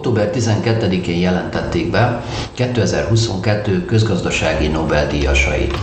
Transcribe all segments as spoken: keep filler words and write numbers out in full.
október tizenkettedikén jelentették be kétezer-huszonkettő közgazdasági Nobel-díjasait.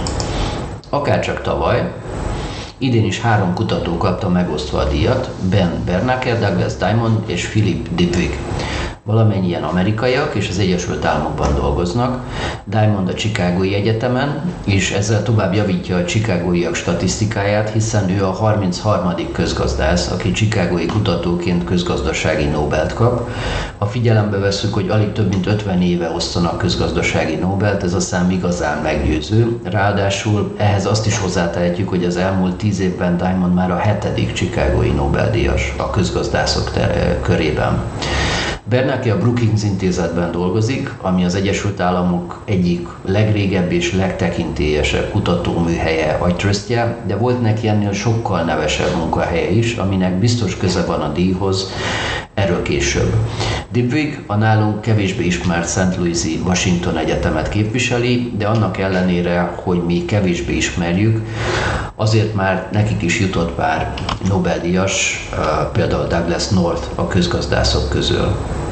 Akárcsak tavaly, idén is három kutató kapta megosztva a díjat, Ben Bernanke, Douglas Diamond és Philip Dybvig. Valamennyien amerikaiak és az Egyesült Államokban dolgoznak. Diamond a Chicagói Egyetemen, és ezzel tovább javítja a chicagóiak statisztikáját, hiszen ő a harmincharmadik közgazdász, aki chicagói kutatóként közgazdasági Nobelt kap. Ha figyelembe vesszük, hogy alig több mint ötven éve osztanak közgazdasági Nobelt, ez a szám igazán meggyőző. Ráadásul ehhez azt is hozzátehetjük, hogy az elmúlt tíz évben Diamond már a hetedik chicagói Nobel-díjas a közgazdászok körében. Bernanke a Brookings intézetben dolgozik, ami az Egyesült Államok egyik legrégebb és legtekintélyesebb kutatóműhelye, agytrösztje, de volt neki ennél sokkal nevesebb munkahelye is, aminek biztos köze van a díjhoz, erről később. Dybvig a nálunk kevésbé ismert Saint Louis-i Washington Egyetemet képviseli, de annak ellenére, hogy mi kevésbé ismerjük, azért már nekik is jutott pár Nobel-díjas, például Douglas North a közgazdászok közül.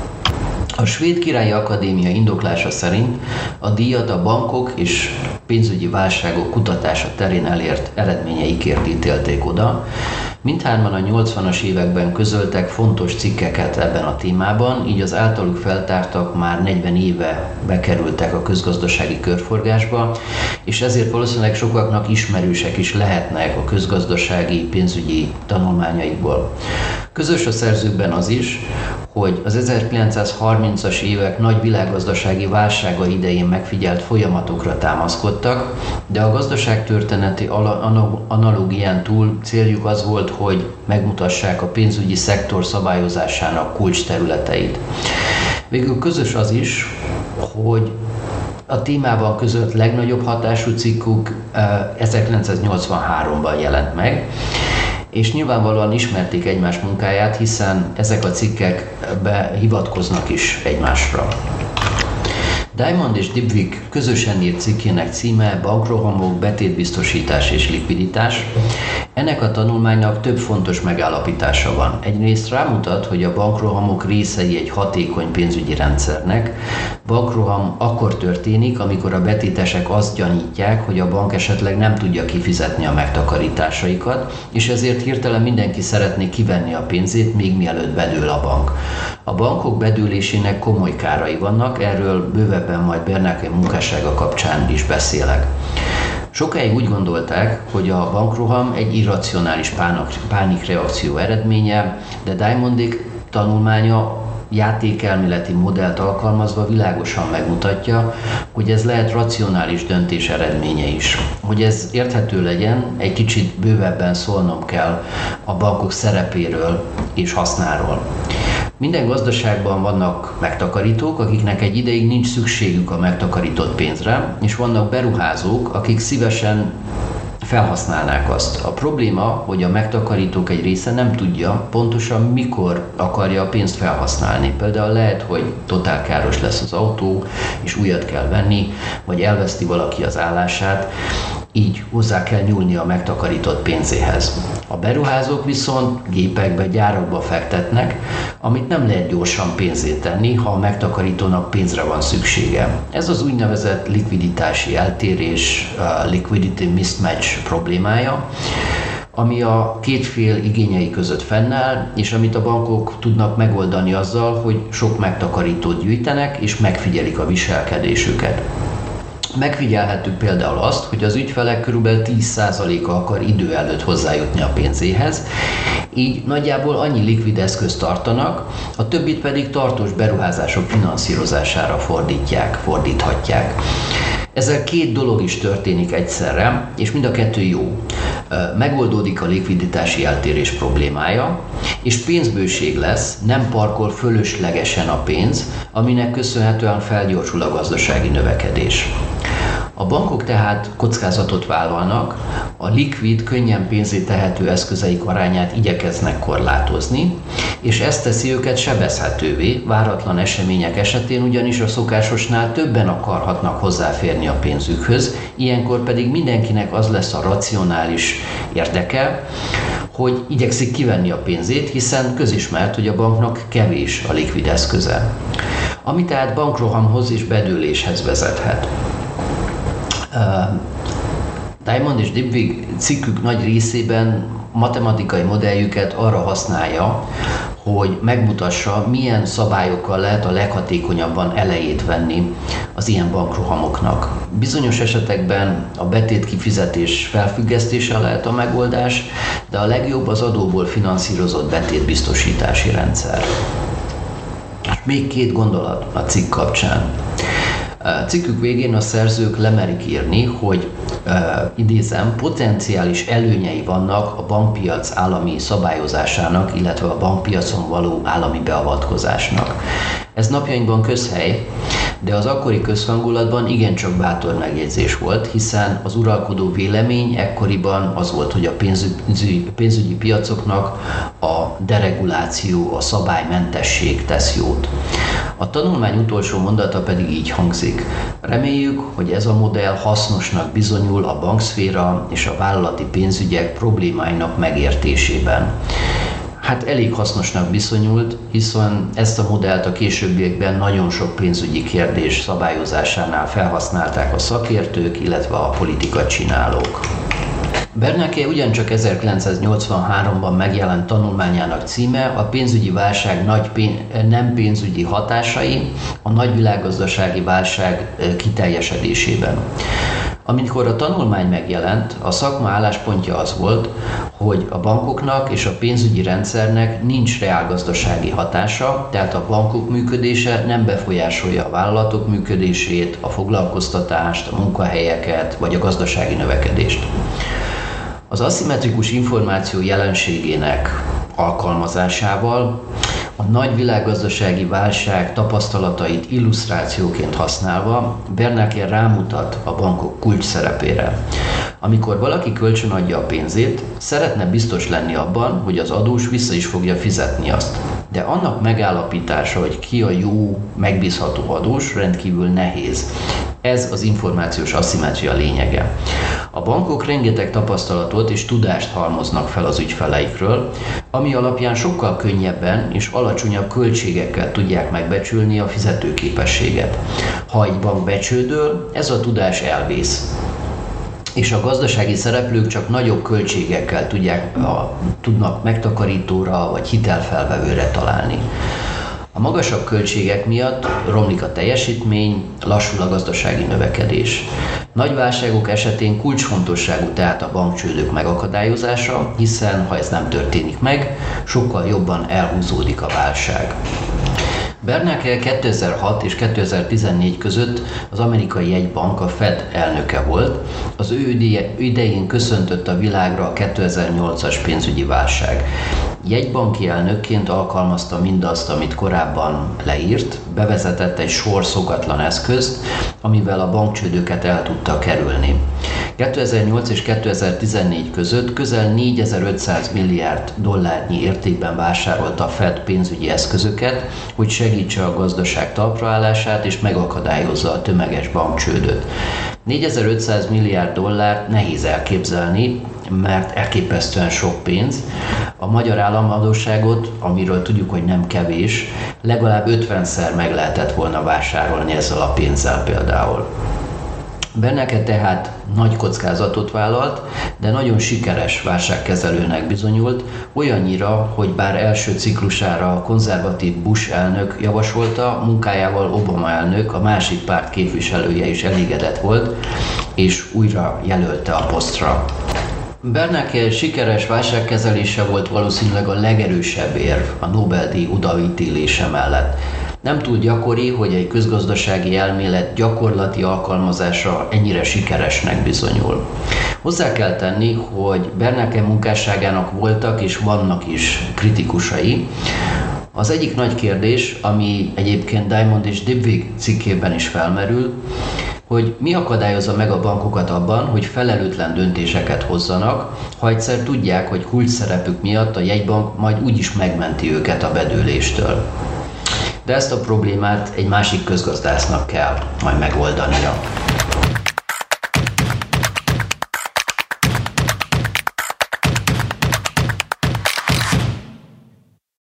A Svéd Királyi Akadémia indoklása szerint a díjat a bankok és pénzügyi válságok kutatása terén elért eredményeikért ítélték oda. Mindhárman a nyolcvanas években közöltek fontos cikkeket ebben a témában, így az általuk feltártak már negyven éve bekerültek a közgazdasági körforgásba, és ezért valószínűleg sokaknak ismerősek is lehetnek a közgazdasági pénzügyi tanulmányaikból. Közös a szerzőkben az is, hogy az ezerkilencszázharmincas évek nagy világgazdasági válsága idején megfigyelt folyamatokra támaszkodtak, de a gazdaságtörténeti analógián túl céljuk az volt, hogy megmutassák a pénzügyi szektor szabályozásának kulcsterületeit. Végül közös az is, hogy a témában között legnagyobb hatású cikkük ezerkilencszáznyolcvanháromban jelent meg, és nyilvánvalóan ismerték egymás munkáját, hiszen ezek a cikkek hivatkoznak is egymásra. Diamond és Dybvig közösen írt cikkének címe Bankrohamok, betétbiztosítás és likviditás. Ennek a tanulmánynak több fontos megállapítása van. Egyrészt rámutat, hogy a bankrohamok részei egy hatékony pénzügyi rendszernek. Bankroham akkor történik, amikor a betétesek azt gyanítják, hogy a bank esetleg nem tudja kifizetni a megtakarításaikat, és ezért hirtelen mindenki szeretné kivenni a pénzét, még mielőtt bedől a bank. A bankok bedőlésének komoly kárai vannak, erről bővebben majd Bernanke munkássága kapcsán is beszélek. Sokáig úgy gondolták, hogy a bankroham egy irracionális pánikreakció eredménye, de Diamondék tanulmánya játékelméleti modellt alkalmazva világosan megmutatja, hogy ez lehet racionális döntés eredménye is. Hogy ez érthető legyen, egy kicsit bővebben szólnom kell a bankok szerepéről és hasznáról. Minden gazdaságban vannak megtakarítók, akiknek egy ideig nincs szükségük a megtakarított pénzre, és vannak beruházók, akik szívesen felhasználnák azt. A probléma, hogy a megtakarítók egy része nem tudja pontosan mikor akarja a pénzt felhasználni. Például lehet, hogy totál káros lesz az autó, és újat kell venni, vagy elveszti valaki az állását, így hozzá kell nyúlni a megtakarított pénzéhez. A beruházók viszont gépekbe, gyárakba fektetnek, amit nem lehet gyorsan pénzé tenni, ha a megtakarítónak pénzre van szüksége. Ez az úgynevezett likviditási eltérés, liquidity mismatch problémája, ami a két fél igényei között fennáll, és amit a bankok tudnak megoldani azzal, hogy sok megtakarítót gyűjtenek, és megfigyelik a viselkedésüket. Megfigyelhetjük például azt, hogy az ügyfelek körülbelül tíz százaléka akar idő előtt hozzájutni a pénzéhez, így nagyjából annyi likvid eszközt tartanak, a többit pedig tartós beruházások finanszírozására fordítják, fordíthatják. Ezzel két dolog is történik egyszerre, és mind a kettő jó. Megoldódik a likviditási eltérés problémája, és pénzbőség lesz, nem parkol fölöslegesen a pénz, aminek köszönhetően felgyorsul a gazdasági növekedés. A bankok tehát kockázatot vállalnak, a likvid, könnyen pénzé tehető eszközeik arányát igyekeznek korlátozni, és ezt teszi őket sebezhetővé, váratlan események esetén ugyanis a szokásosnál többen akarhatnak hozzáférni a pénzükhöz, ilyenkor pedig mindenkinek az lesz a racionális érdeke, hogy igyekszik kivenni a pénzét, hiszen közismert, hogy a banknak kevés a likvid eszköze, ami tehát bankrohamhoz és bedőléshez vezethet. Diamond és Dybvig cikkük nagy részében matematikai modelljüket arra használja, hogy megmutassa, milyen szabályokkal lehet a leghatékonyabban elejét venni az ilyen bankrohamoknak. Bizonyos esetekben a betét kifizetés felfüggesztése lehet a megoldás, de a legjobb az adóból finanszírozott betétbiztosítási rendszer. Még két gondolat a cikk kapcsán. A cikkük végén a szerzők lemerik írni, hogy uh, idézem, potenciális előnyei vannak a bankpiac állami szabályozásának, illetve a bankpiacon való állami beavatkozásnak. Ez napjainkban közhely, de az akkori közhangulatban igencsak bátor megjegyzés volt, hiszen az uralkodó vélemény ekkoriban az volt, hogy a pénzügyi, pénzügyi piacoknak a dereguláció, a szabálymentesség tesz jót. A tanulmány utolsó mondata pedig így hangzik. Reméljük, hogy ez a modell hasznosnak bizonyul a bankszféra és a vállalati pénzügyek problémáinak megértésében. Hát elég hasznosnak bizonyult, hiszen ezt a modellt a későbbiekben nagyon sok pénzügyi kérdés szabályozásánál felhasználták a szakértők, illetve a politikacsinálók. Bernanke ugyancsak ezerkilencszáznyolcvanháromban megjelent tanulmányának címe a pénzügyi válság nagy pén- nem pénzügyi hatásai a nagy világgazdasági válság kiteljesedésében. Amikor a tanulmány megjelent, a szakma álláspontja az volt, hogy a bankoknak és a pénzügyi rendszernek nincs reálgazdasági hatása, tehát a bankok működése nem befolyásolja a vállalatok működését, a foglalkoztatást, a munkahelyeket vagy a gazdasági növekedést. Az aszimmetrikus információ jelenségének alkalmazásával a nagy világgazdasági válság tapasztalatait illusztrációként használva Bernanke rámutat a bankok kulcs szerepére. Amikor valaki kölcsönadja a pénzét, szeretne biztos lenni abban, hogy az adós vissza is fogja fizetni azt. De annak megállapítása, hogy ki a jó, megbízható adós, rendkívül nehéz. Ez az információs aszimmetria lényege. A bankok rengeteg tapasztalatot és tudást halmoznak fel az ügyfeleikről, ami alapján sokkal könnyebben és alacsonyabb költségekkel tudják megbecsülni a fizetőképességet. Ha egy bank becsődöl, ez a tudás elvész, és a gazdasági szereplők csak nagyobb költségekkel tudják, a, tudnak megtakarítóra vagy hitelfelvevőre találni. A magasabb költségek miatt romlik a teljesítmény, lassul a gazdasági növekedés. Nagy válságok esetén kulcsfontosságú tehát a bankcsődök megakadályozása, hiszen ha ez nem történik meg, sokkal jobban elhúzódik a válság. Bernanke kétezer-hat és kétezer-tizennégy között az amerikai jegybank, a Fed elnöke volt. Az ő idején köszöntött a világra a kétezer-nyolcas pénzügyi válság. Jegybanki elnökként alkalmazta mindazt, amit korábban leírt, bevezetett egy sor szokatlan eszközt, amivel a bankcsődöket el tudta kerülni. kétezer-nyolc és kétezer-tizennégy között közel négyezer-ötszáz milliárd dollárnyi értékben vásárolta a Fed pénzügyi eszközöket, hogy segítse a gazdaság talpraállását és megakadályozza a tömeges bankcsődöt. négyezer-ötszáz milliárd dollár nehéz elképzelni, mert elképesztően sok pénz. A magyar államadósságot, amiről tudjuk, hogy nem kevés, legalább ötvenszer meg lehetett volna vásárolni ezzel a pénzzel például. Bernanke tehát nagy kockázatot vállalt, de nagyon sikeres válságkezelőnek bizonyult, olyannyira, hogy bár első ciklusára a konzervatív Bush elnök javasolta, munkájával Obama elnök, a másik párt képviselője is elégedett volt, és újra jelölte a posztra. Bernanke sikeres válságkezelése volt valószínűleg a legerősebb érv a Nobel-díj odaítélése mellett. Nem túl gyakori, hogy egy közgazdasági elmélet gyakorlati alkalmazása ennyire sikeresnek bizonyul. Hozzá kell tenni, hogy Bernanke munkásságának voltak és vannak is kritikusai. Az egyik nagy kérdés, ami egyébként Diamond és Dybvig cikkében is felmerül, hogy mi akadályozza meg a bankokat abban, hogy felelőtlen döntéseket hozzanak, ha egyszer tudják, hogy kulcs szerepük miatt a jegybank majd úgyis megmenti őket a bedőléstől. De ezt a problémát egy másik közgazdásznak kell majd megoldania.